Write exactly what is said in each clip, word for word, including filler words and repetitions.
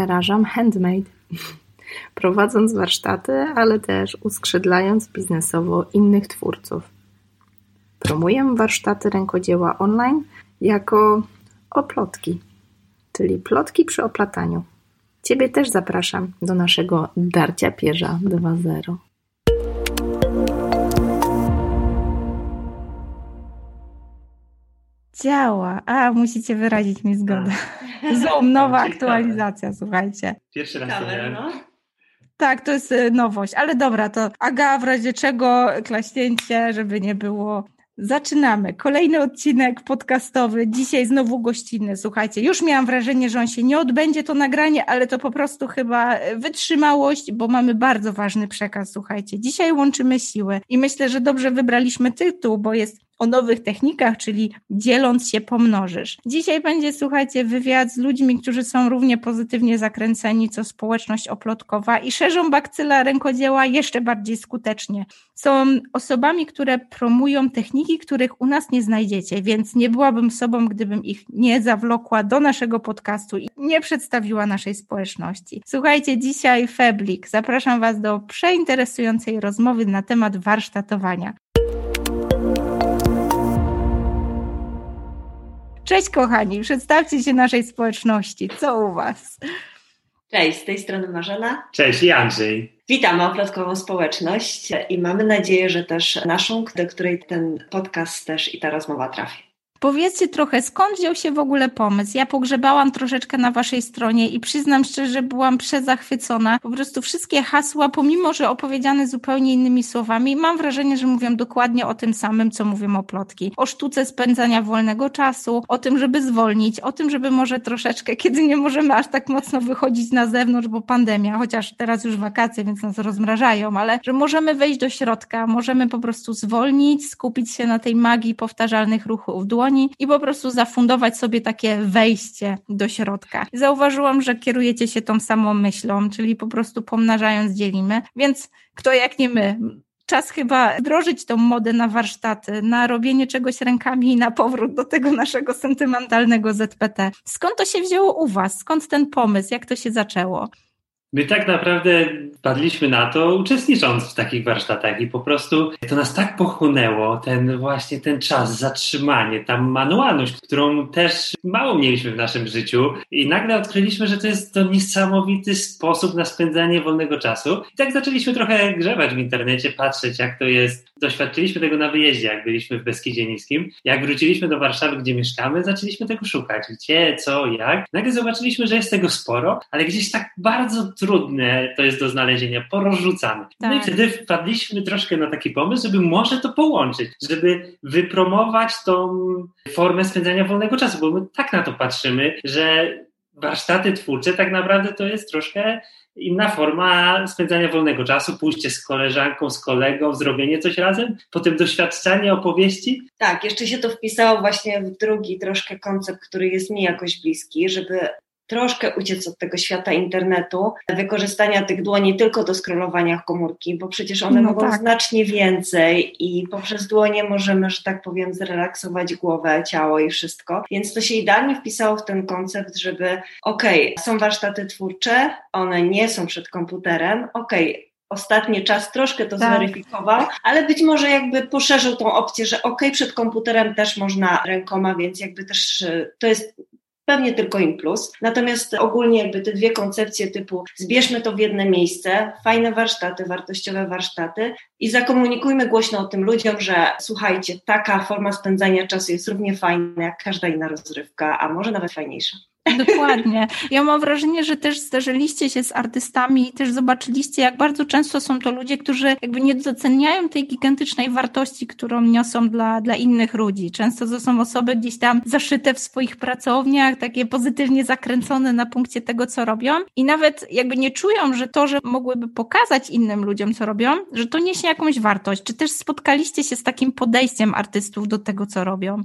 przerażam handmade, prowadząc warsztaty, ale też uskrzydlając biznesowo innych twórców. Promuję warsztaty rękodzieła online jako oplotki, czyli plotki przy oplataniu. Ciebie też zapraszam do naszego Darcia Pierza dwa zero. Działa. A, musicie wyrazić mi zgodę. Zoom, nowa aktualizacja, słuchajcie. Pierwszy raz to miałem. Tak, to jest nowość, ale dobra, to Aga, w razie czego klaśnięcie, żeby nie było. Zaczynamy. Kolejny odcinek podcastowy. Dzisiaj znowu gościnny. Słuchajcie, już miałam wrażenie, że on się nie odbędzie, to nagranie, ale to po prostu chyba wytrzymałość, bo mamy bardzo ważny przekaz. Słuchajcie, dzisiaj łączymy siły i myślę, że dobrze wybraliśmy tytuł, bo jest o nowych technikach, czyli dzieląc się pomnożysz. Dzisiaj będzie, słuchajcie, wywiad z ludźmi, którzy są równie pozytywnie zakręceni co społeczność oplotkowa i szerzą bakcyla rękodzieła jeszcze bardziej skutecznie. Są osobami, które promują techniki, których u nas nie znajdziecie, więc nie byłabym sobą, gdybym ich nie zawlokła do naszego podcastu i nie przedstawiła naszej społeczności. Słuchajcie, dzisiaj Feblik. Zapraszam Was do przeinteresującej rozmowy na temat warsztatowania. Cześć kochani, przedstawcie się naszej społeczności. Co u Was? Cześć, z tej strony Marzena. Cześć, i Andrzej. Witamy oplotkową społeczność i mamy nadzieję, że też naszą, do której ten podcast też i ta rozmowa trafi. Powiedzcie trochę, skąd wziął się w ogóle pomysł? Ja pogrzebałam troszeczkę na waszej stronie i przyznam szczerze, że byłam przezachwycona. Po prostu wszystkie hasła, pomimo że opowiedziane zupełnie innymi słowami, mam wrażenie, że mówią dokładnie o tym samym, co mówią oplotki. O sztuce spędzania wolnego czasu, o tym, żeby zwolnić, o tym, żeby może troszeczkę, kiedy nie możemy aż tak mocno wychodzić na zewnątrz, bo pandemia, chociaż teraz już wakacje, więc nas rozmrażają, ale że możemy wejść do środka, możemy po prostu zwolnić, skupić się na tej magii powtarzalnych ruchów dłoni i po prostu zafundować sobie takie wejście do środka. Zauważyłam, że kierujecie się tą samą myślą, czyli po prostu pomnażając dzielimy, więc kto jak nie my. Czas chyba wdrożyć tą modę na warsztaty, na robienie czegoś rękami i na powrót do tego naszego sentymentalnego Z P T. Skąd to się wzięło u Was? Skąd ten pomysł? Jak to się zaczęło? My tak naprawdę wpadliśmy na to, uczestnicząc w takich warsztatach i po prostu to nas tak pochłonęło, ten właśnie ten czas, zatrzymanie, ta manualność, którą też mało mieliśmy w naszym życiu i nagle odkryliśmy, że to jest to niesamowity sposób na spędzanie wolnego czasu. I tak zaczęliśmy trochę grzebać w internecie, patrzeć jak to jest. Doświadczyliśmy tego na wyjeździe, jak byliśmy w Beskidzie Niskim. Jak wróciliśmy do Warszawy, gdzie mieszkamy, zaczęliśmy tego szukać. Gdzie, co, jak. Nagle zobaczyliśmy, że jest tego sporo, ale gdzieś tak bardzo trudne to jest do znalezienia, porozrzucane. Tak. No i wtedy wpadliśmy troszkę na taki pomysł, żeby może to połączyć, żeby wypromować tą formę spędzania wolnego czasu, bo my tak na to patrzymy, że warsztaty twórcze tak naprawdę to jest troszkę inna forma spędzania wolnego czasu, pójście z koleżanką, z kolegą, zrobienie coś razem, potem doświadczanie opowieści. Tak, jeszcze się to wpisało właśnie w drugi troszkę koncept, który jest mi jakoś bliski, żeby troszkę uciec od tego świata internetu, wykorzystania tych dłoni tylko do scrollowania komórki, bo przecież one no mogą tak. znacznie więcej i poprzez dłonie możemy, że tak powiem, zrelaksować głowę, ciało i wszystko. Więc to się idealnie wpisało w ten koncept, żeby okej, okay, są warsztaty twórcze, one nie są przed komputerem, okej, okay, ostatni czas troszkę to tak. zweryfikował, ale być może jakby poszerzył tą opcję, że okej, okay, przed komputerem też można rękoma, więc jakby też to jest pewnie tylko im plus. Natomiast ogólnie jakby te dwie koncepcje typu zbierzmy to w jedno miejsce, fajne warsztaty, wartościowe warsztaty i zakomunikujmy głośno o tym ludziom, że słuchajcie, taka forma spędzania czasu jest równie fajna jak każda inna rozrywka, a może nawet fajniejsza. Dokładnie. Ja mam wrażenie, że też zderzyliście się z artystami i też zobaczyliście, jak bardzo często są to ludzie, którzy jakby nie doceniają tej gigantycznej wartości, którą niosą dla, dla innych ludzi. Często to są osoby gdzieś tam zaszyte w swoich pracowniach, takie pozytywnie zakręcone na punkcie tego, co robią i nawet jakby nie czują, że to, że mogłyby pokazać innym ludziom, co robią, że to niesie jakąś wartość. Czy też spotkaliście się z takim podejściem artystów do tego, co robią?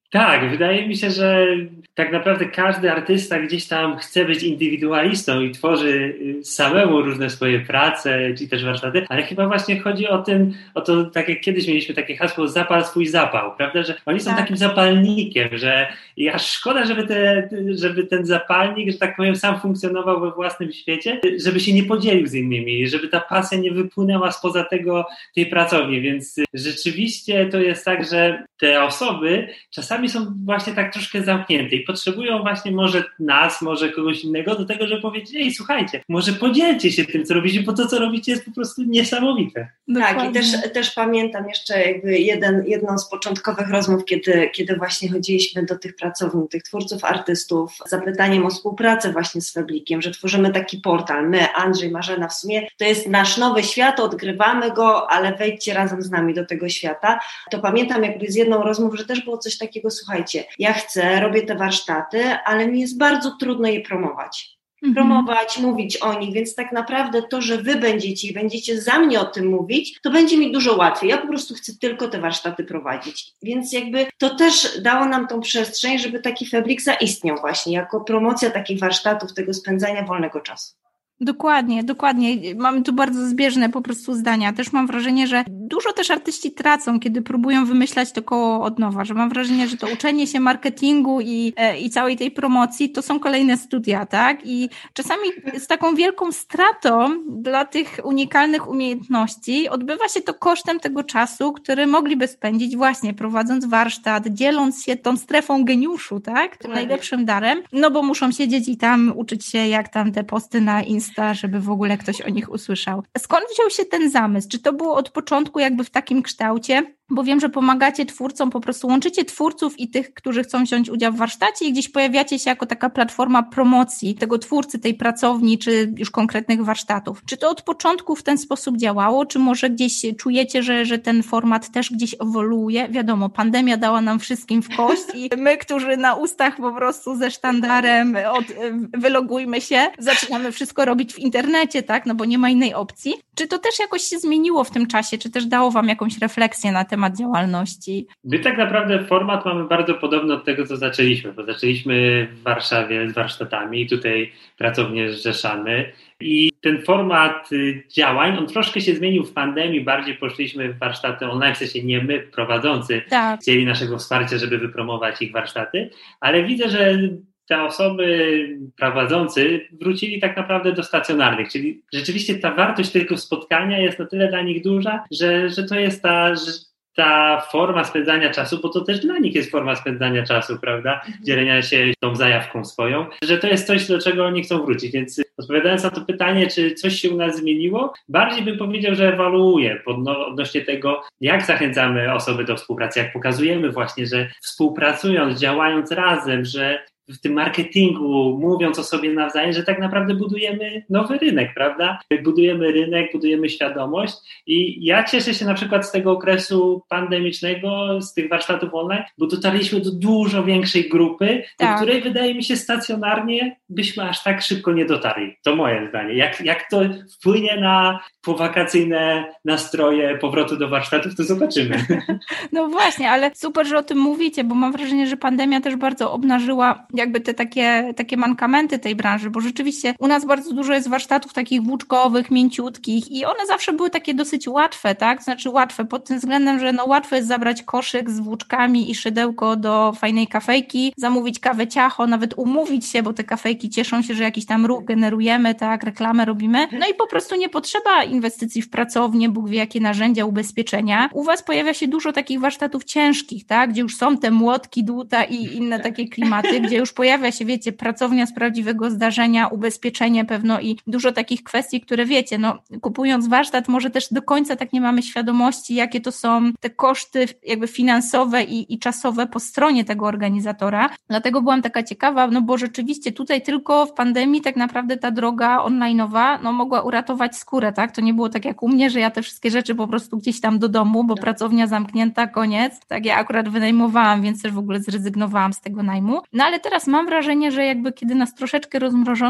Tak, wydaje mi się, że tak naprawdę każdy artysta gdzieś tam chce być indywidualistą i tworzy samemu różne swoje prace, czy też warsztaty, ale chyba właśnie chodzi o tym, o to, tak jak kiedyś mieliśmy takie hasło, zapal swój zapał, prawda, że oni są tak. takim zapalnikiem, że i aż szkoda, żeby, te, żeby ten zapalnik, że tak powiem, sam funkcjonował we własnym świecie, żeby się nie podzielił z innymi, żeby ta pasja nie wypłynęła spoza tego, tej pracowni, więc rzeczywiście to jest tak, że te osoby czasami są właśnie tak troszkę zamknięte i potrzebują właśnie może nas, może kogoś innego do tego, żeby powiedzieć, ej, słuchajcie, może podzielcie się tym, co robicie, bo to, co robicie, jest po prostu niesamowite. Dokładnie. Tak, i też, też pamiętam jeszcze jakby jeden, jedną z początkowych rozmów, kiedy, kiedy właśnie chodziliśmy do tych pracowni, tych twórców, artystów, z zapytaniem o współpracę właśnie z Feblikiem, że tworzymy taki portal, my, Andrzej, Marzena, w sumie to jest nasz nowy świat, odgrywamy go, ale wejdźcie razem z nami do tego świata. To pamiętam jakby z jedną rozmową, że też było coś takiego, słuchajcie, ja chcę, robię te warsztaty, ale mi jest bardzo trudno je promować. promować, mówić o nich, więc tak naprawdę to, że wy będziecie i będziecie za mnie o tym mówić, to będzie mi dużo łatwiej. Ja po prostu chcę tylko te warsztaty prowadzić. Więc jakby to też dało nam tą przestrzeń, żeby taki Feblik zaistniał właśnie jako promocja takich warsztatów, tego spędzania wolnego czasu. Dokładnie, dokładnie. Mamy tu bardzo zbieżne po prostu zdania. Też mam wrażenie, że dużo też artyści tracą, kiedy próbują wymyślać to koło od nowa, że mam wrażenie, że to uczenie się marketingu i, i całej tej promocji to są kolejne studia, tak? I czasami z taką wielką stratą dla tych unikalnych umiejętności odbywa się to kosztem tego czasu, który mogliby spędzić właśnie prowadząc warsztat, dzieląc się tą strefą geniuszu, tak? Tym najlepszym darem, no bo muszą siedzieć i tam uczyć się, jak tam te posty na Instagramie, żeby w ogóle ktoś o nich usłyszał. Skąd wziął się ten zamysł? Czy to było od początku jakby w takim kształcie? Bo wiem, że pomagacie twórcom, po prostu łączycie twórców i tych, którzy chcą wziąć udział w warsztacie i gdzieś pojawiacie się jako taka platforma promocji tego twórcy, tej pracowni, czy już konkretnych warsztatów. Czy to od początku w ten sposób działało, czy może gdzieś czujecie, że, że ten format też gdzieś ewoluuje? Wiadomo, pandemia dała nam wszystkim w kość i my, którzy na ustach po prostu ze sztandarem od wylogujmy się, zaczynamy wszystko robić w internecie, tak? No bo nie ma innej opcji. Czy to też jakoś się zmieniło w tym czasie? Czy też dało wam jakąś refleksję na temat działalności? My tak naprawdę format mamy bardzo podobny od tego, co zaczęliśmy, bo zaczęliśmy w Warszawie z warsztatami i tutaj pracownię zrzeszamy i ten format działań, on troszkę się zmienił w pandemii, bardziej poszliśmy w warsztaty online, w sensie nie my prowadzący tak. chcieli naszego wsparcia, żeby wypromować ich warsztaty, ale widzę, że te osoby prowadzący wrócili tak naprawdę do stacjonarnych, czyli rzeczywiście ta wartość tego spotkania jest na tyle dla nich duża, że, że to jest ta, że ta forma spędzania czasu, bo to też dla nich jest forma spędzania czasu, prawda, dzielenia się tą zajawką swoją, że to jest coś, do czego oni chcą wrócić, więc odpowiadając na to pytanie, czy coś się u nas zmieniło, bardziej bym powiedział, że ewoluuje odnośnie tego, jak zachęcamy osoby do współpracy, jak pokazujemy właśnie, że współpracując, działając razem, że w tym marketingu, mówiąc o sobie nawzajem, że tak naprawdę budujemy nowy rynek, prawda? Budujemy rynek, budujemy świadomość i ja cieszę się na przykład z tego okresu pandemicznego, z tych warsztatów online, bo dotarliśmy do dużo większej grupy, tak. do której wydaje mi się stacjonarnie byśmy aż tak szybko nie dotarli. To moje zdanie. Jak, jak to wpłynie na powakacyjne nastroje powrotu do warsztatów, to zobaczymy. No właśnie, ale super, że o tym mówicie, bo mam wrażenie, że pandemia też bardzo obnażyła jakby te takie, takie mankamenty tej branży, bo rzeczywiście u nas bardzo dużo jest warsztatów takich włóczkowych, mięciutkich i one zawsze były takie dosyć łatwe, tak? Znaczy łatwe pod tym względem, że no łatwo jest zabrać koszyk z włóczkami i szydełko do fajnej kafejki, zamówić kawę ciacho, nawet umówić się, bo te kafejki cieszą się, że jakiś tam ruch generujemy, tak? Reklamę robimy. No i po prostu nie potrzeba inwestycji w pracownię, Bóg wie jakie narzędzia, ubezpieczenia. U was pojawia się dużo takich warsztatów ciężkich, tak? Gdzie już są te młotki, dłuta i inne takie klimaty, gdzie już pojawia się, wiecie, pracownia z prawdziwego zdarzenia, ubezpieczenie pewno i dużo takich kwestii, które wiecie, no kupując warsztat może też do końca tak nie mamy świadomości, jakie to są te koszty jakby finansowe i, i czasowe po stronie tego organizatora. Dlatego byłam taka ciekawa, no bo rzeczywiście tutaj tylko w pandemii tak naprawdę ta droga online'owa no mogła uratować skórę, tak? To nie było tak jak u mnie, że ja te wszystkie rzeczy po prostu gdzieś tam do domu, bo pracownia zamknięta, koniec. Tak, ja akurat wynajmowałam, więc też w ogóle zrezygnowałam z tego najmu. No ale teraz mam wrażenie, że jakby kiedy nas troszeczkę rozmrożono,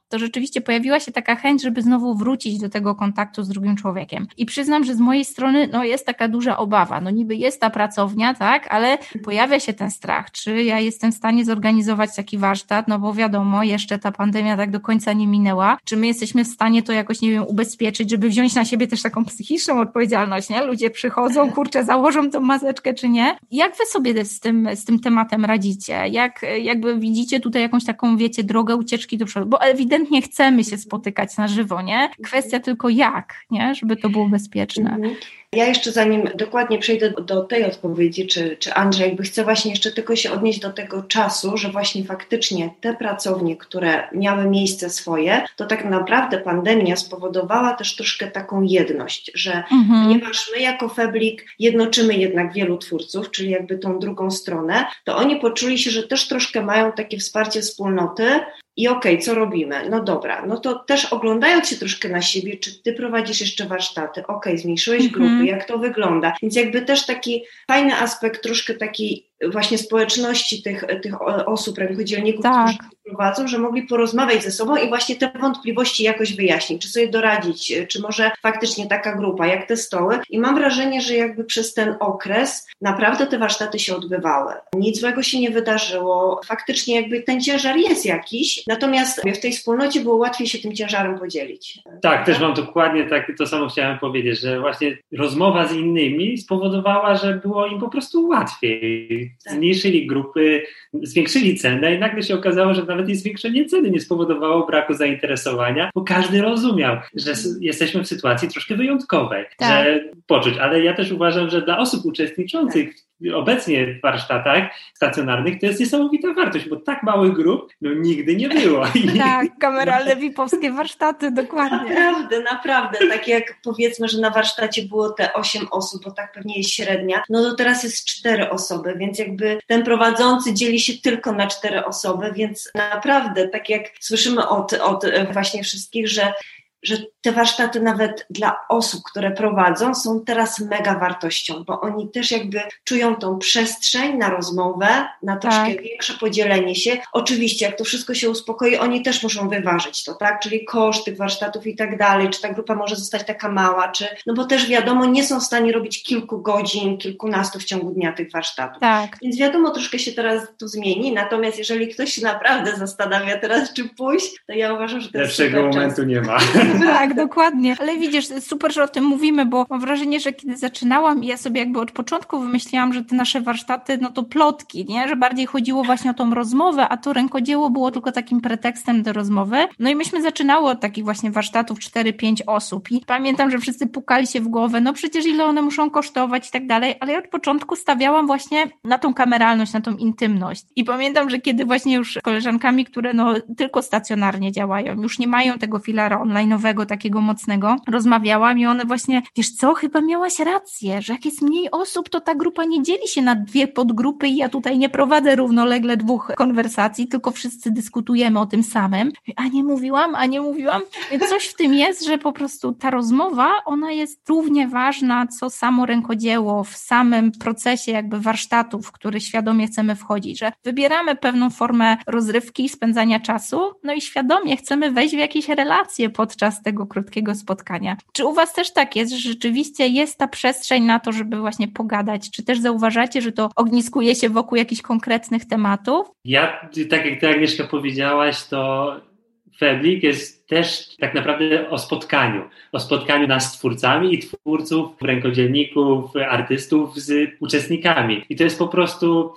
to rzeczywiście pojawiła się taka chęć, żeby znowu wrócić do tego kontaktu z drugim człowiekiem. I przyznam, że z mojej strony no jest taka duża obawa. No niby jest ta pracownia, tak, ale pojawia się ten strach, czy ja jestem w stanie zorganizować taki warsztat, no bo wiadomo, jeszcze ta pandemia tak do końca nie minęła. Czy my jesteśmy w stanie to jakoś, nie wiem, ubezpieczyć, żeby wziąć na siebie też taką psychiczną odpowiedzialność, nie? Ludzie przychodzą, kurczę, założą tą maseczkę, czy nie? Jak wy sobie z tym, z tym tematem radzicie? Jak jakby widzicie tutaj jakąś taką, wiecie, drogę ucieczki do przodu? Bo ewidentnie chcemy się spotykać na żywo, nie? Kwestia tylko jak, nie? Żeby to było bezpieczne. Mhm. Ja jeszcze zanim dokładnie przejdę do tej odpowiedzi, czy, czy Andrzej, jakby chcę właśnie jeszcze tylko się odnieść do tego czasu, że właśnie faktycznie te pracownie, które miały miejsce swoje, to tak naprawdę pandemia spowodowała też troszkę taką jedność, że mhm. ponieważ my jako Feblik jednoczymy jednak wielu twórców, czyli jakby tą drugą stronę, to oni poczuli się, że też troszkę mają takie wsparcie wspólnoty. I okej, okay, co robimy? No dobra, no to też oglądając się troszkę na siebie, czy ty prowadzisz jeszcze warsztaty, okej, okay, zmniejszyłeś mm-hmm. grupy, jak to wygląda? Więc jakby też taki fajny aspekt troszkę takiej właśnie społeczności tych, tych osób, rękodzielników, tak. którzy prowadzą, że mogli porozmawiać ze sobą i właśnie te wątpliwości jakoś wyjaśnić, czy sobie doradzić, czy może faktycznie taka grupa, jak te stoły. I mam wrażenie, że jakby przez ten okres naprawdę te warsztaty się odbywały. Nic złego się nie wydarzyło. Faktycznie jakby ten ciężar jest jakiś, natomiast w tej wspólnocie było łatwiej się tym ciężarem podzielić. Tak, tak? Też mam dokładnie tak, to samo chciałem powiedzieć, że właśnie rozmowa z innymi spowodowała, że było im po prostu łatwiej. Tak. Zmniejszyli grupy, zwiększyli cenę i nagle się okazało, że nawet i zwiększenie ceny nie spowodowało braku zainteresowania, bo każdy rozumiał, że jesteśmy w sytuacji troszkę wyjątkowej, tak. że poczuć, ale ja też uważam, że dla osób uczestniczących tak. obecnie w warsztatach stacjonarnych to jest niesamowita wartość, bo tak małych grup no, nigdy nie było. Tak, kameralne wipowskie warsztaty, dokładnie. Naprawdę, naprawdę. Tak jak powiedzmy, że na warsztacie było te osiem osób, bo tak pewnie jest średnia, no to teraz jest cztery osoby, więc jakby ten prowadzący dzieli się tylko na cztery osoby, więc naprawdę, tak jak słyszymy od, od właśnie wszystkich, że że te warsztaty nawet dla osób, które prowadzą, są teraz mega wartością, bo oni też jakby czują tą przestrzeń na rozmowę, na troszkę tak. większe podzielenie się. Oczywiście, jak to wszystko się uspokoi, oni też muszą wyważyć to, tak? Czyli koszt tych warsztatów i tak dalej, czy ta grupa może zostać taka mała, czy, no bo też wiadomo, nie są w stanie robić kilku godzin, kilkunastu w ciągu dnia tych warsztatów. Tak. Więc wiadomo, troszkę się teraz to zmieni, natomiast jeżeli ktoś się naprawdę zastanawia teraz, czy pójść, to ja uważam, że to jest lepszego momentu czas. Nie ma. Tak, dokładnie. Ale widzisz, super, że o tym mówimy, bo mam wrażenie, że kiedy zaczynałam, ja sobie jakby od początku wymyśliłam, że te nasze warsztaty, no to plotki, nie? Że bardziej chodziło właśnie o tą rozmowę, a to rękodzieło było tylko takim pretekstem do rozmowy. No i myśmy zaczynały od takich właśnie warsztatów cztery pięć osób i pamiętam, że wszyscy pukali się w głowę, no przecież ile one muszą kosztować i tak dalej, ale ja od początku stawiałam właśnie na tą kameralność, na tą intymność. I pamiętam, że kiedy właśnie już z koleżankami, które no tylko stacjonarnie działają, już nie mają tego filara online'owego, takiego mocnego, rozmawiałam i one właśnie, wiesz co, chyba miałaś rację, że jak jest mniej osób, to ta grupa nie dzieli się na dwie podgrupy i ja tutaj nie prowadzę równolegle dwóch konwersacji, tylko wszyscy dyskutujemy o tym samym. A nie mówiłam, a nie mówiłam. Więc coś w tym jest, że po prostu ta rozmowa, ona jest równie ważna, co samo rękodzieło w samym procesie jakby warsztatu, w który świadomie chcemy wchodzić, że wybieramy pewną formę rozrywki, spędzania czasu, no i świadomie chcemy wejść w jakieś relacje podczas tego krótkiego spotkania. Czy u was też tak jest, że rzeczywiście jest ta przestrzeń na to, żeby właśnie pogadać? Czy też zauważacie, że to ogniskuje się wokół jakichś konkretnych tematów? Ja, tak jak ty, Agnieszka, powiedziałaś, to Feblik jest też tak naprawdę o spotkaniu. O spotkaniu nas z twórcami i twórców, rękodzielników, artystów z uczestnikami. I to jest po prostu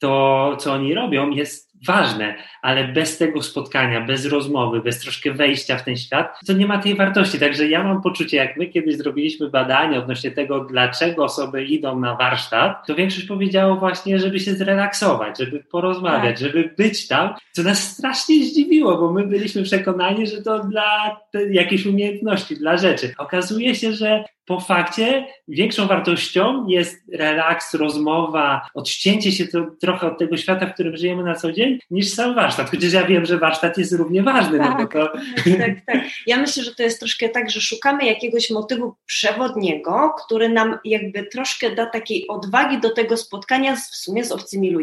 to, co oni robią, jest ważne, ale bez tego spotkania, bez rozmowy, bez troszkę wejścia w ten świat, to nie ma tej wartości. Także ja mam poczucie, jak my kiedyś zrobiliśmy badania odnośnie tego, dlaczego osoby idą na warsztat, to większość powiedziało właśnie, żeby się zrelaksować, żeby porozmawiać, tak. żeby być tam, co nas strasznie zdziwiło, bo my byliśmy przekonani, że to dla jakiejś umiejętności, dla rzeczy. Okazuje się, że po fakcie większą wartością jest relaks, rozmowa, odcięcie się to trochę od tego świata, w którym żyjemy na co dzień, niż sam warsztat. Chociaż ja wiem, że warsztat jest równie ważny. Tak, no bo to... tak, tak. Ja myślę, że to jest troszkę tak, że szukamy jakiegoś motywu przewodniego, który nam jakby troszkę da takiej odwagi do tego spotkania z, w sumie z obcymi ludźmi.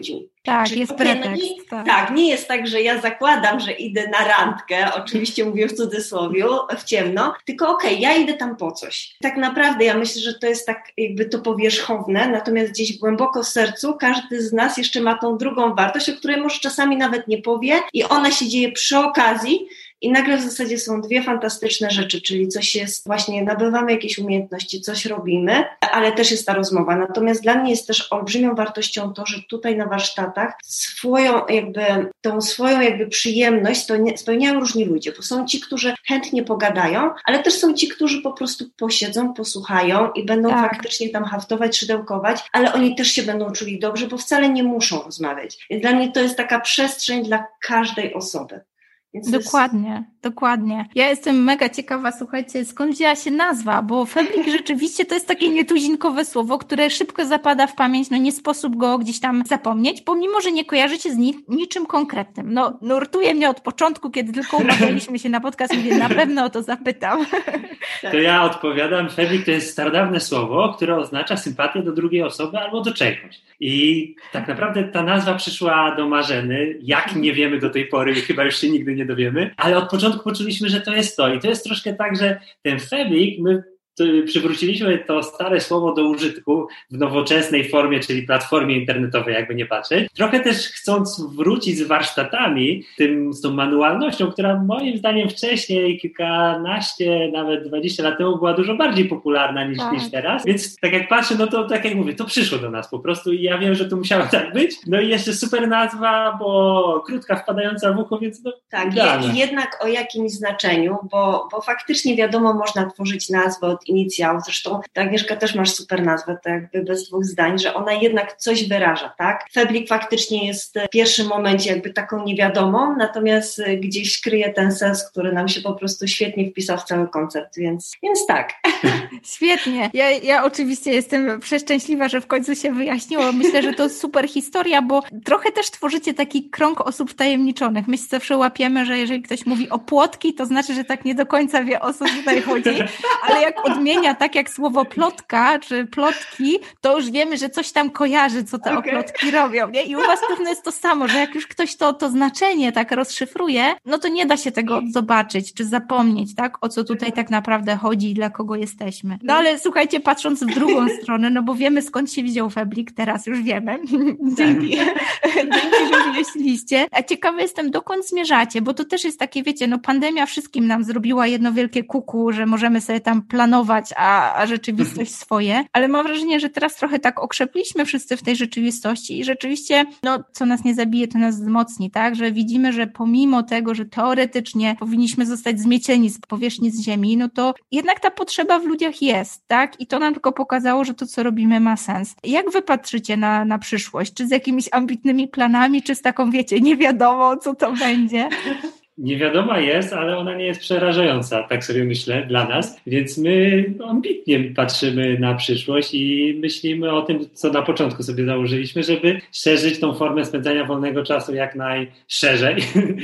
Tak, Czyli, jest okay, pretekst. no nie, tak. tak, nie jest tak, że ja zakładam, że idę na randkę, oczywiście mówię w cudzysłowie, w ciemno, tylko okej, okay, ja idę tam po coś. Tak naprawdę ja myślę, że to jest tak jakby to powierzchowne, natomiast gdzieś głęboko w sercu każdy z nas jeszcze ma tą drugą wartość, o której może czasami nawet nie powie i ona się dzieje przy okazji. I nagle w zasadzie są dwie fantastyczne rzeczy, czyli coś jest, właśnie nabywamy jakieś umiejętności, coś robimy, ale też jest ta rozmowa. Natomiast dla mnie jest też olbrzymią wartością to, że tutaj na warsztatach swoją jakby, tą swoją jakby przyjemność spełniają różni ludzie, bo są ci, którzy chętnie pogadają, ale też są ci, którzy po prostu posiedzą, posłuchają i będą tak. faktycznie tam haftować, szydełkować, ale oni też się będą czuli dobrze, bo wcale nie muszą rozmawiać. Więc dla mnie to jest taka przestrzeń dla każdej osoby. Więc dokładnie, jest... dokładnie. Ja jestem mega ciekawa, słuchajcie, skąd wzięła się nazwa, bo febrik rzeczywiście to jest takie nietuzinkowe słowo, które szybko zapada w pamięć, no nie sposób go gdzieś tam zapomnieć, pomimo, że nie kojarzycie z ni- niczym konkretnym. No, nurtuje mnie od początku, kiedy tylko umawialiśmy się na podcast, mówię, na pewno o to zapytam. To ja odpowiadam, febrik to jest starodawne słowo, które oznacza sympatię do drugiej osoby albo do czegoś. I tak naprawdę ta nazwa przyszła do Marzeny, jak nie wiemy do tej pory, chyba już się nigdy nie dowiemy, ale od początku poczuliśmy, że to jest to. I to jest troszkę tak, że ten febrik, my przywróciliśmy to stare słowo do użytku w nowoczesnej formie, czyli platformie internetowej, jakby nie patrzeć. Trochę też chcąc wrócić z warsztatami, tym, z tą manualnością, która moim zdaniem wcześniej, kilkanaście, nawet dwadzieścia lat temu była dużo bardziej popularna niż, tak. niż teraz. Więc tak jak patrzę, no to tak jak mówię, to przyszło do nas po prostu i ja wiem, że to musiało tak być. No i jeszcze super nazwa, bo krótka, wpadająca w ucho, więc no tak, i jednak o jakimś znaczeniu, bo, bo faktycznie wiadomo, można tworzyć nazwę od inicjał, zresztą ta Agnieszka też masz super nazwę, to jakby bez dwóch zdań, że ona jednak coś wyraża, tak? Febrik faktycznie jest w pierwszym momencie jakby taką niewiadomą, natomiast gdzieś kryje ten sens, który nam się po prostu świetnie wpisał w cały koncept, więc, więc tak. Świetnie. Ja, ja oczywiście jestem przeszczęśliwa, że w końcu się wyjaśniło. Myślę, że to super historia, bo trochę też tworzycie taki krąg osób wtajemniczonych. My się zawsze łapiemy, że jeżeli ktoś mówi o płotki, to znaczy, że tak nie do końca wie, o co tutaj chodzi, ale jak odmienia tak jak słowo plotka, czy plotki, to już wiemy, że coś tam kojarzy, co te okay. oplotki robią, nie? I u was pewno jest to samo, że jak już ktoś to, to znaczenie tak rozszyfruje, no to nie da się tego zobaczyć, czy zapomnieć, tak? O co tutaj tak naprawdę chodzi i dla kogo jesteśmy. No ale słuchajcie, patrząc w drugą stronę, no bo wiemy, skąd się wziął febrik, teraz już wiemy. Dzięki. Dzięki, że wyjaśniliście. A ciekawa jestem, dokąd zmierzacie, bo to też jest takie, wiecie, no pandemia wszystkim nam zrobiła jedno wielkie kuku, że możemy sobie tam planować, a, a rzeczywistość swoje, ale mam wrażenie, że teraz trochę tak okrzepliśmy wszyscy w tej rzeczywistości i rzeczywiście, no, co nas nie zabije, to nas wzmocni, tak, że widzimy, że pomimo tego, że teoretycznie powinniśmy zostać zmiecieni z powierzchni z ziemi, no to jednak ta potrzeba w ludziach jest, tak, i to nam tylko pokazało, że to, co robimy, ma sens. Jak wy patrzycie na, na przyszłość? Czy z jakimiś ambitnymi planami, czy z taką, wiecie, nie wiadomo, co to będzie? Niewiadoma jest, ale ona nie jest przerażająca, tak sobie myślę, dla nas, więc my ambitnie patrzymy na przyszłość i myślimy o tym, co na początku sobie założyliśmy, żeby szerzyć tą formę spędzania wolnego czasu jak najszerzej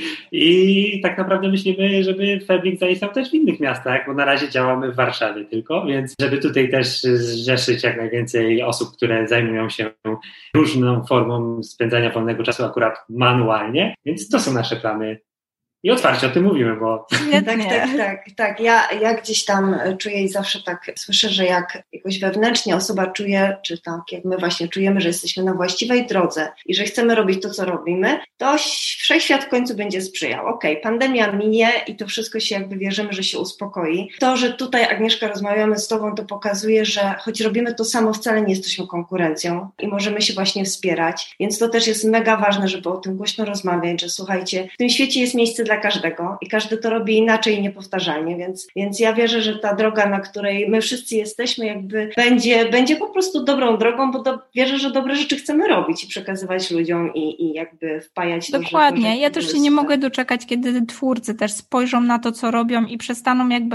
i tak naprawdę myślimy, żeby febrik zaistniał też w innych miastach, bo na razie działamy w Warszawie tylko, więc żeby tutaj też zrzeszyć jak najwięcej osób, które zajmują się różną formą spędzania wolnego czasu akurat manualnie, więc to są nasze plany. I otwarcie o tym mówimy, bo... Tak, tak, tak, tak. Ja, ja gdzieś tam czuję i zawsze tak słyszę, że jak jakoś wewnętrznie osoba czuje, czy tak jak my właśnie czujemy, że jesteśmy na właściwej drodze i że chcemy robić to, co robimy, to wszechświat w końcu będzie sprzyjał. Okej, okay, pandemia minie i to wszystko się jakby wierzymy, że się uspokoi. To, że tutaj Agnieszka rozmawiamy z tobą, to pokazuje, że choć robimy to samo, wcale nie jesteśmy konkurencją i możemy się właśnie wspierać. Więc to też jest mega ważne, żeby o tym głośno rozmawiać, że słuchajcie, w tym świecie jest miejsce dla każdego i każdy to robi inaczej i niepowtarzalnie, więc, więc ja wierzę, że ta droga, na której my wszyscy jesteśmy, jakby będzie, będzie po prostu dobrą drogą, bo do, wierzę, że dobre rzeczy chcemy robić i przekazywać ludziom i, i jakby wpajać to. Dokładnie, ja też się nie mogę doczekać, kiedy twórcy też spojrzą na to, co robią i przestaną jakby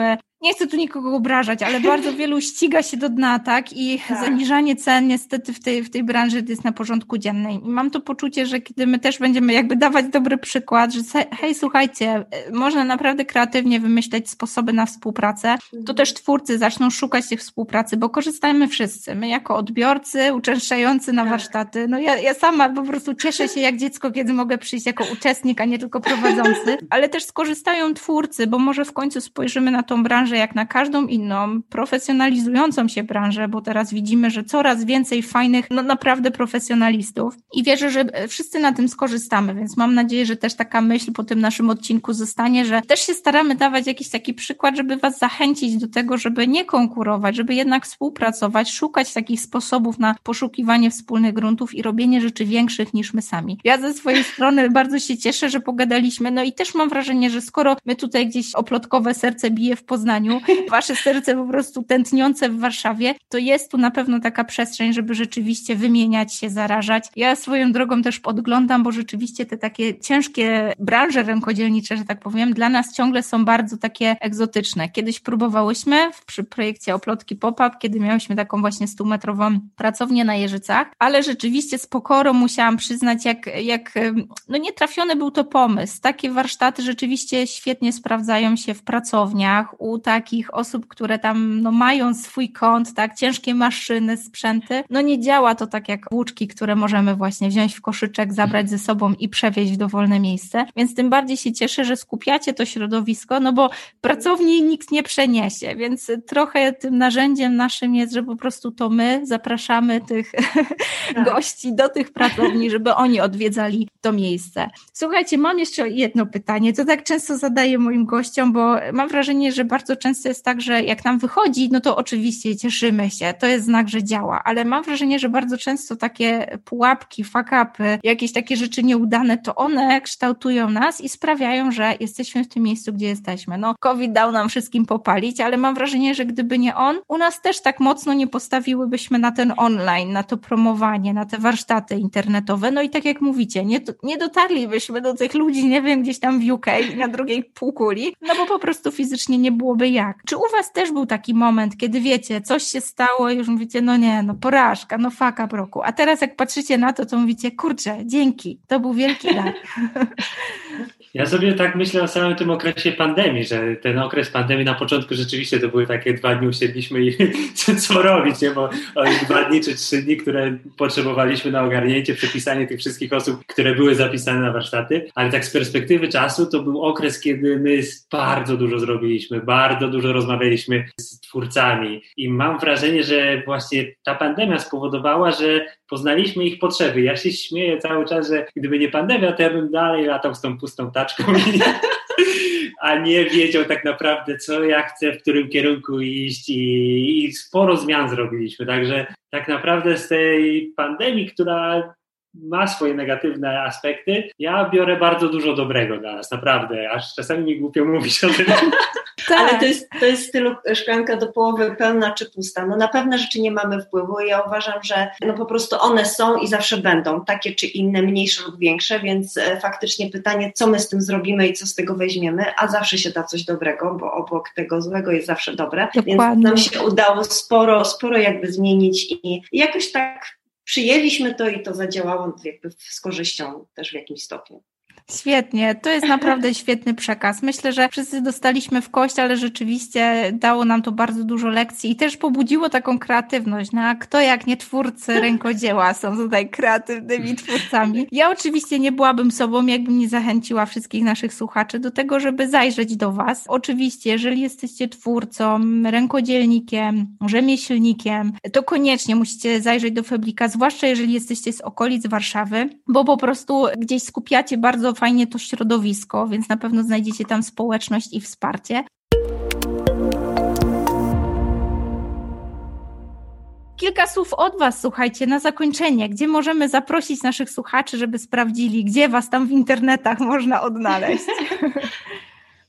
nie chcę tu nikogo obrażać, ale bardzo wielu ściga się do dna, tak? I tak. zaniżanie cen niestety w tej, w tej branży jest na porządku dziennym. I mam to poczucie, że kiedy my też będziemy jakby dawać dobry przykład, że hej, słuchajcie, można naprawdę kreatywnie wymyśleć sposoby na współpracę, to też twórcy zaczną szukać tych współpracy, bo korzystajmy wszyscy. My jako odbiorcy, uczęszczający na warsztaty, no ja, ja sama po prostu cieszę się jak dziecko, kiedy mogę przyjść jako uczestnik, a nie tylko prowadzący, ale też skorzystają twórcy, bo może w końcu spojrzymy na tą branżę jak na każdą inną, profesjonalizującą się branżę, bo teraz widzimy, że coraz więcej fajnych, no naprawdę profesjonalistów i wierzę, że wszyscy na tym skorzystamy, więc mam nadzieję, że też taka myśl po tym naszym odcinku zostanie, że też się staramy dawać jakiś taki przykład, żeby was zachęcić do tego, żeby nie konkurować, żeby jednak współpracować, szukać takich sposobów na poszukiwanie wspólnych gruntów i robienie rzeczy większych niż my sami. Ja ze swojej strony bardzo się cieszę, że pogadaliśmy, no i też mam wrażenie, że skoro my tutaj gdzieś oplotkowe serce bije w Poznaniu, wasze serce po prostu tętniące w Warszawie, to jest tu na pewno taka przestrzeń, żeby rzeczywiście wymieniać się, zarażać. Ja swoją drogą też podglądam, bo rzeczywiście te takie ciężkie branże rękodzielnicze, że tak powiem, dla nas ciągle są bardzo takie egzotyczne. Kiedyś próbowałyśmy przy projekcie Oplotki Pop-up, kiedy miałyśmy taką właśnie stumetrową pracownię na Jeżycach, ale rzeczywiście z pokorą musiałam przyznać, jak, jak no nietrafiony był to pomysł. Takie warsztaty rzeczywiście świetnie sprawdzają się w pracowniach u takich osób, które tam no, mają swój kąt, tak, ciężkie maszyny, sprzęty. No nie działa to tak jak włóczki, które możemy właśnie wziąć w koszyczek, zabrać ze sobą i przewieźć w dowolne miejsce. Więc tym bardziej się cieszę, że skupiacie to środowisko, no bo pracowni nikt nie przeniesie, więc trochę tym narzędziem naszym jest, że po prostu to my zapraszamy tych tak. gości do tych pracowni, żeby oni odwiedzali to miejsce. Słuchajcie, mam jeszcze jedno pytanie, to tak często zadaję moim gościom, bo mam wrażenie, że bardzo często jest tak, że jak nam wychodzi, no to oczywiście cieszymy się, to jest znak, że działa, ale mam wrażenie, że bardzo często takie pułapki, fuck-upy, jakieś takie rzeczy nieudane, to one kształtują nas i sprawiają, że jesteśmy w tym miejscu, gdzie jesteśmy. No, COVID dał nam wszystkim popalić, ale mam wrażenie, że gdyby nie on, u nas też tak mocno nie postawiłybyśmy na ten online, na to promowanie, na te warsztaty internetowe, no i tak jak mówicie, nie, nie dotarlibyśmy do tych ludzi, nie wiem, gdzieś tam w U K, na drugiej półkuli, no bo po prostu fizycznie nie byłoby jak. Czy u was też był taki moment, kiedy wiecie, coś się stało i już mówicie, no nie, no porażka, no fuck up roku, a teraz jak patrzycie na to, to mówicie, kurczę, dzięki, to był wielki dar. Ja sobie tak myślę o samym tym okresie pandemii, że ten okres pandemii na początku rzeczywiście to były takie dwa dni, usiedliśmy i co robić, nie? Bo dwa dni czy trzy dni, które potrzebowaliśmy na ogarnięcie, przepisanie tych wszystkich osób, które były zapisane na warsztaty, ale tak z perspektywy czasu to był okres, kiedy my bardzo dużo zrobiliśmy, bardzo dużo rozmawialiśmy z twórcami i mam wrażenie, że właśnie ta pandemia spowodowała, że poznaliśmy ich potrzeby. Ja się śmieję cały czas, że gdyby nie pandemia, to ja bym dalej latał z tą pustą taczką, a nie wiedział tak naprawdę, co ja chcę, w którym kierunku iść i, i sporo zmian zrobiliśmy. Także tak naprawdę z tej pandemii, która ma swoje negatywne aspekty, ja biorę bardzo dużo dobrego dla nas, naprawdę, aż czasami mi głupio mówić o tym. Tak. Ale to jest, to jest w stylu szklanka do połowy pełna czy pusta. No na pewne rzeczy nie mamy wpływu i ja uważam, że no po prostu one są i zawsze będą, takie czy inne, mniejsze lub większe, więc e, faktycznie pytanie, co my z tym zrobimy i co z tego weźmiemy, a zawsze się da coś dobrego, bo obok tego złego jest zawsze dobre. Dokładnie. Więc nam się udało sporo, sporo jakby zmienić i, i jakoś tak przyjęliśmy to i to zadziałało jakby z korzyścią też w jakimś stopniu. Świetnie, to jest naprawdę świetny przekaz. Myślę, że wszyscy dostaliśmy w kość, ale rzeczywiście dało nam to bardzo dużo lekcji i też pobudziło taką kreatywność. No a kto jak nie twórcy rękodzieła są tutaj kreatywnymi twórcami. Ja oczywiście nie byłabym sobą, jakbym nie zachęciła wszystkich naszych słuchaczy do tego, żeby zajrzeć do was. Oczywiście, jeżeli jesteście twórcą, rękodzielnikiem, rzemieślnikiem, to koniecznie musicie zajrzeć do Feblika, zwłaszcza jeżeli jesteście z okolic Warszawy, bo po prostu gdzieś skupiacie bardzo fajnie to środowisko, więc na pewno znajdziecie tam społeczność i wsparcie. Kilka słów od was, słuchajcie, na zakończenie. Gdzie możemy zaprosić naszych słuchaczy, żeby sprawdzili, gdzie was tam w internetach można odnaleźć?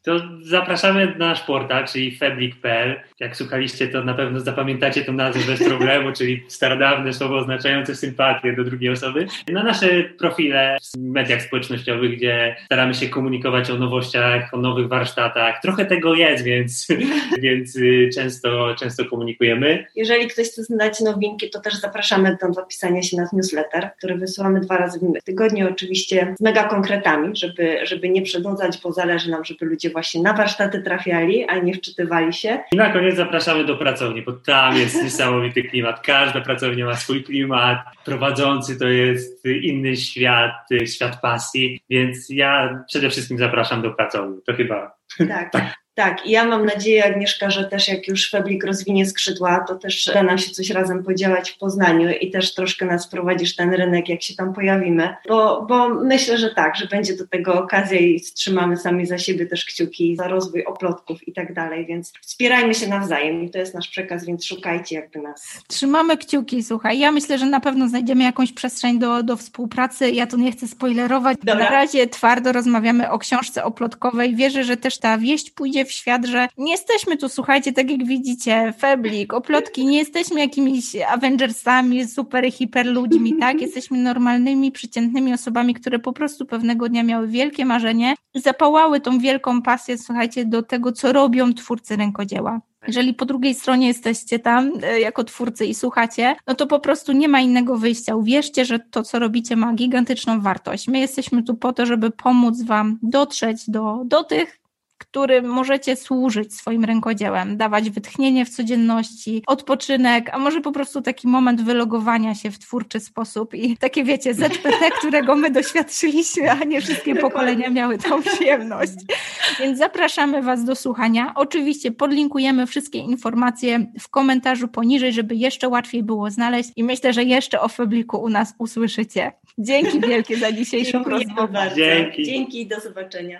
To zapraszamy na nasz portal, czyli feblik kropka p l. Jak słuchaliście, to na pewno zapamiętacie tą nazwę bez problemu, czyli starodawne słowo oznaczające sympatię do drugiej osoby. Na nasze profile w mediach społecznościowych, gdzie staramy się komunikować o nowościach, o nowych warsztatach. Trochę tego jest, więc, więc często, często komunikujemy. Jeżeli ktoś chce znać nowinki, to też zapraszamy do zapisania się na newsletter, który wysyłamy dwa razy w tygodniu, oczywiście z mega konkretami, żeby, żeby nie przedłużać, bo zależy nam, żeby ludzie właśnie na warsztaty trafiali, a nie wczytywali się. I na koniec zapraszamy do pracowni, bo tam jest niesamowity klimat. Każda pracownia ma swój klimat. Prowadzący to jest inny świat, świat pasji, więc ja przede wszystkim zapraszam do pracowni. To chyba... Tak. Tak, i ja mam nadzieję, Agnieszka, że też jak już Feblik rozwinie skrzydła, to też da nam się coś razem podziałać w Poznaniu i też troszkę nas prowadzisz ten rynek, jak się tam pojawimy, bo, bo myślę, że tak, że będzie do tego okazja i trzymamy sami za siebie też kciuki za rozwój oplotków i tak dalej, więc wspierajmy się nawzajem i to jest nasz przekaz, więc szukajcie jakby nas. Trzymamy kciuki, słuchaj, ja myślę, że na pewno znajdziemy jakąś przestrzeń do, do współpracy, ja tu nie chcę spoilerować. Dobra. Na razie twardo rozmawiamy o książce oplotkowej, wierzę, że też ta wieść pójdzie w świat, że nie jesteśmy tu, słuchajcie, tak jak widzicie, Feblik, oplotki, nie jesteśmy jakimiś Avengersami, super, hiper ludźmi, tak? Jesteśmy normalnymi, przeciętnymi osobami, które po prostu pewnego dnia miały wielkie marzenie i zapałały tą wielką pasję, słuchajcie, do tego, co robią twórcy rękodzieła. Jeżeli po drugiej stronie jesteście tam jako twórcy i słuchacie, no to po prostu nie ma innego wyjścia. Uwierzcie, że to, co robicie, ma gigantyczną wartość. My jesteśmy tu po to, żeby pomóc wam dotrzeć do, do tych, którym możecie służyć swoim rękodziełem, dawać wytchnienie w codzienności, odpoczynek, a może po prostu taki moment wylogowania się w twórczy sposób i takie wiecie, Z P T, którego my doświadczyliśmy, a nie wszystkie pokolenia miały tą przyjemność. Więc zapraszamy was do słuchania. Oczywiście podlinkujemy wszystkie informacje w komentarzu poniżej, żeby jeszcze łatwiej było znaleźć i myślę, że jeszcze o Febliku u nas usłyszycie. Dzięki wielkie za dzisiejszą rozmowę. Dzięki. Dzięki i do zobaczenia.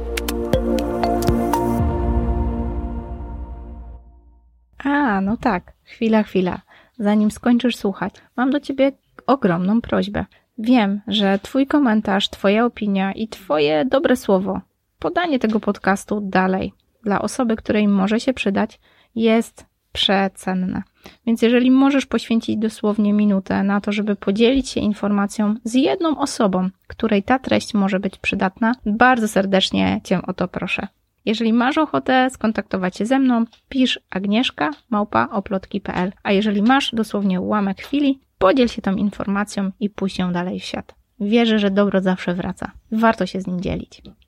A, no tak, chwila, chwila. Zanim skończysz słuchać, mam do ciebie ogromną prośbę. Wiem, że twój komentarz, twoja opinia i twoje dobre słowo, podanie tego podcastu dalej dla osoby, której może się przydać, jest przecenne. Więc jeżeli możesz poświęcić dosłownie minutę na to, żeby podzielić się informacją z jedną osobą, której ta treść może być przydatna, bardzo serdecznie cię o to proszę. Jeżeli masz ochotę skontaktować się ze mną, pisz agnieszka małpa oplotki kropka p l, a jeżeli masz dosłownie ułamek chwili, podziel się tą informacją i puść ją dalej w świat. Wierzę, że dobro zawsze wraca. Warto się z nim dzielić.